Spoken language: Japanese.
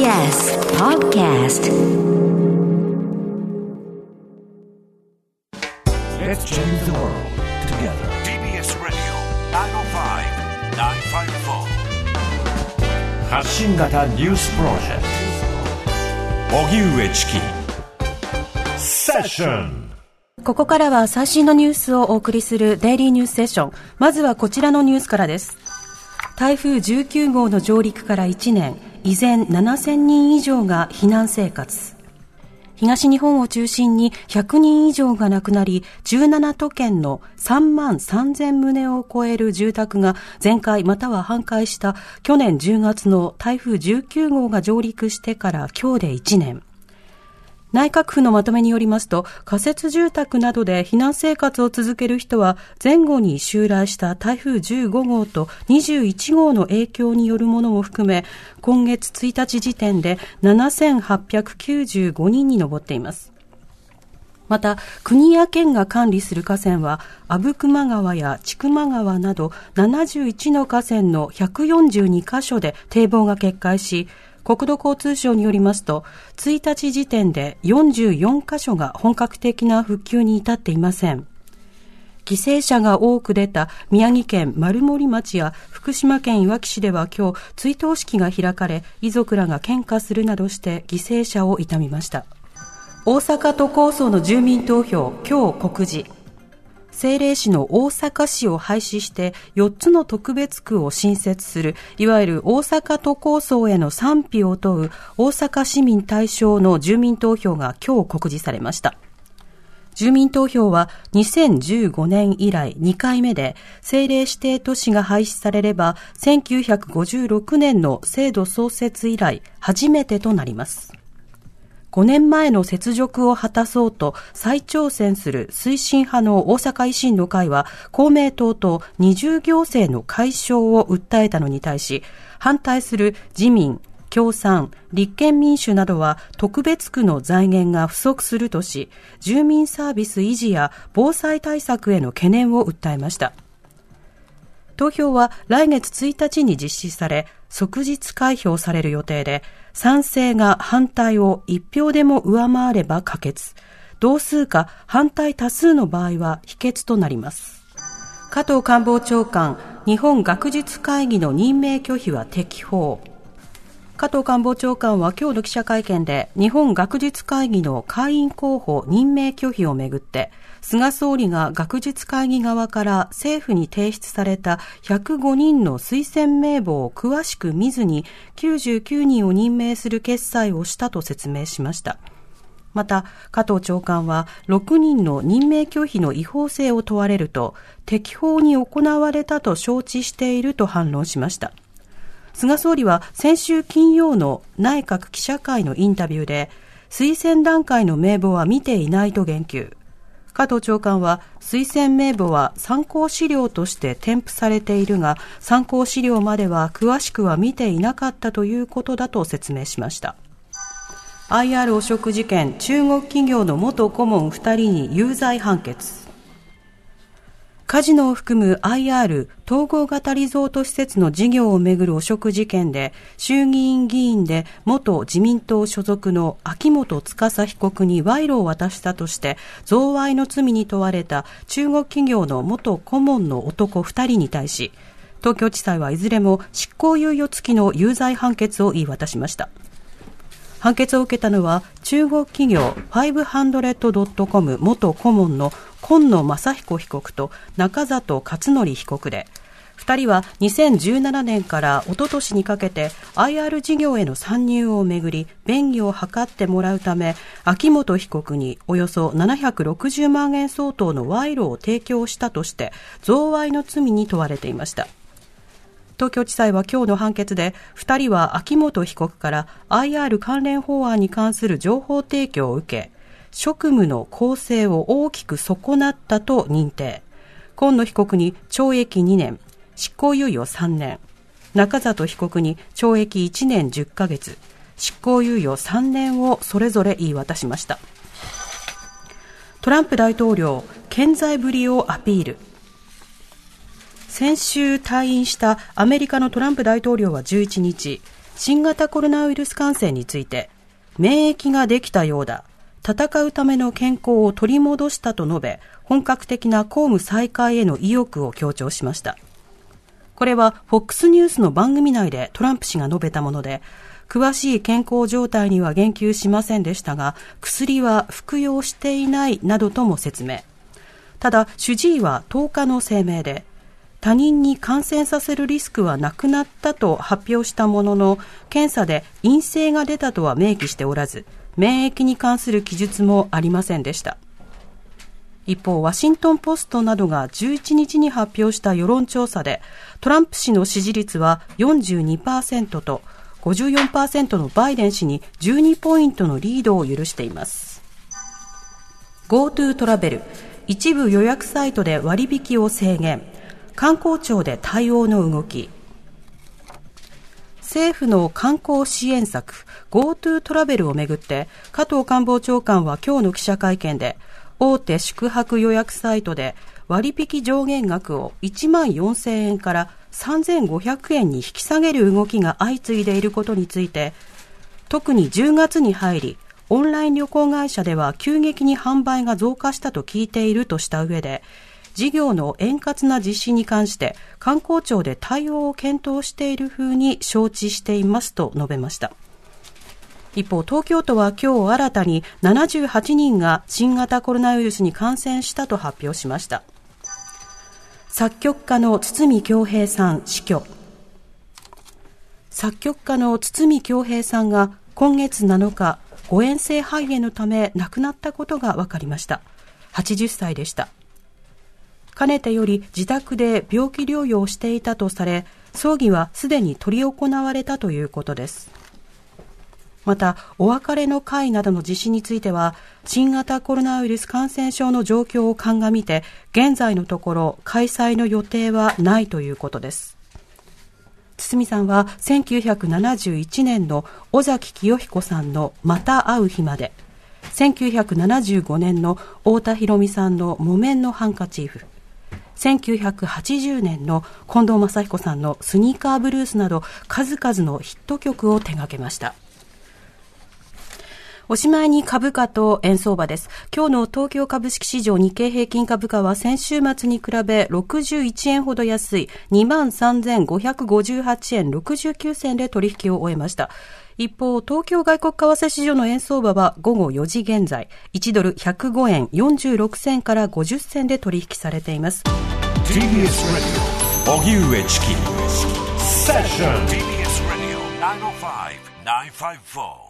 TBS Podcast Let's change the world together. TBS Radio 905-954 発信型ニュースプロジェクト荻上チキセッション。 ここからは最新のニュースをお送りするデイリーニュースセッション。まずはこちらのニュースからです。台風19号の上陸から1年、依然7000人以上が避難生活。東日本を中心に100人以上が亡くなり、17都県の3万3000棟を超える住宅が全壊または半壊した去年10月の台風19号が上陸してから今日で1年。内閣府のまとめによりますと、仮設住宅などで避難生活を続ける人は、前後に襲来した台風15号と21号の影響によるものも含め、今月1日時点で7895人に上っています。また、国や県が管理する河川は、阿武隈川や千曲川など71の河川の142カ所で堤防が決壊し、国土交通省によりますと、1日時点で44カ所が本格的な復旧に至っていません。犠牲者が多く出た宮城県丸森町や福島県いわき市では今日、追悼式が開かれ、遺族らが献花するなどして犠牲者を悼みました。大阪都構想の住民投票、今日告示。政令市の大阪市を廃止して4つの特別区を新設する、いわゆる大阪都構想への賛否を問う大阪市民対象の住民投票が今日告示されました。住民投票は2015年以来2回目で、政令指定都市が廃止されれば1956年の制度創設以来初めてとなります。5年前の雪辱を果たそうと再挑戦する推進派の大阪維新の会は、公明党と二重行政の解消を訴えたのに対し、反対する自民、共産、立憲民主などは特別区の財源が不足するとし、住民サービス維持や防災対策への懸念を訴えました。投票は来月1日に実施され、即日開票される予定で、賛成が反対を1票でも上回れば可決、同数か反対多数の場合は否決となります。加藤官房長官、日本学術会議の任命拒否は適法。加藤官房長官は今日の記者会見で、日本学術会議の会員候補任命拒否をめぐって、菅総理が学術会議側から政府に提出された105人の推薦名簿を詳しく見ずに99人を任命する決裁をしたと説明しました。また、加藤長官は6人の任命拒否の違法性を問われると、適法に行われたと承知していると反論しました。菅総理は先週金曜の内閣記者会のインタビューで、推薦段階の名簿は見ていないと言及。加藤長官は、推薦名簿は参考資料として添付されているが、参考資料までは詳しくは見ていなかったということだと説明しました。IR 汚職事件、中国企業の元顧問2人に有罪判決。カジノを含む IR 統合型リゾート施設の事業をめぐる汚職事件で、衆議院議員で元自民党所属の秋元司被告に賄賂を渡したとして贈賄の罪に問われた中国企業の元顧問の男2人に対し、東京地裁はいずれも執行猶予付きの有罪判決を言い渡しました。判決を受けたのは中国企業500.com 元顧問の今野正彦被告と中里勝則被告で、2人は2017年から一昨年にかけて IR 事業への参入をめぐり便宜を図ってもらうため、秋元被告におよそ760万円相当の賄賂を提供したとして贈賄の罪に問われていました。東京地裁は今日の判決で、2人は秋元被告から IR 関連法案に関する情報提供を受け、職務の公正を大きく損なったと認定。今野被告に懲役2年、執行猶予3年、中里被告に懲役1年10ヶ月、執行猶予3年をそれぞれ言い渡しました。トランプ大統領、健在ぶりをアピール。先週退院したアメリカのトランプ大統領は11日、 新型コロナウイルス感染について、免疫ができたようだ、戦うための健康を取り戻したと述べ、本格的な公務再開への意欲を強調しました。これは FOX ニュースの番組内でトランプ氏が述べたもので、詳しい健康状態には言及しませんでしたが、薬は服用していないなどとも説明。ただ、主治医は10日の声明で、他人に感染させるリスクはなくなったと発表したものの、検査で陰性が出たとは明記しておらず、免疫に関する記述もありませんでした。一方、ワシントンポストなどが11日に発表した世論調査で、トランプ氏の支持率は 42% と、54% のバイデン氏に12ポイントのリードを許しています。 GoTo トラベル、一部予約サイトで割引を制限、観光庁で対応の動き。政府の観光支援策 GoTo トラベルをめぐって、加藤官房長官は今日の記者会見で、大手宿泊予約サイトで割引上限額を1万4000円から3500円に引き下げる動きが相次いでいることについて、特に10月に入り、オンライン旅行会社では急激に販売が増加したと聞いているとした上で、事業の円滑な実施に関して観光庁で対応を検討しているふうに承知していますと述べました。一方、東京都は今日新たに78人が新型コロナウイルスに感染したと発表しました。作曲家の筒美京平さん死去。作曲家の筒美京平さんが今月7日、誤嚥性肺炎のため亡くなったことが分かりました。80歳でした。かねてより自宅で病気療養をしていたとされ、葬儀はすでに執り行われたということです。また、お別れの会などの実施については、新型コロナウイルス感染症の状況を鑑みて、現在のところ開催の予定はないということです。筒美さんは1971年の尾崎清彦さんのまた会う日まで、1975年の太田裕美さんの木綿のハンカチーフ、1980年の近藤真彦さんのスニーカーブルースなど数々のヒット曲を手掛けました。おしまいに株価と円相場です。今日の東京株式市場日経平均株価は先週末に比べ61円ほど安い 23,558 円69銭で取引を終えました。一方、東京外国為替市場の円相場は午後4時現在、1ドル105円46銭から50銭で取引されています。 TBS Radio 荻上チキセッション TBS Radio 905-954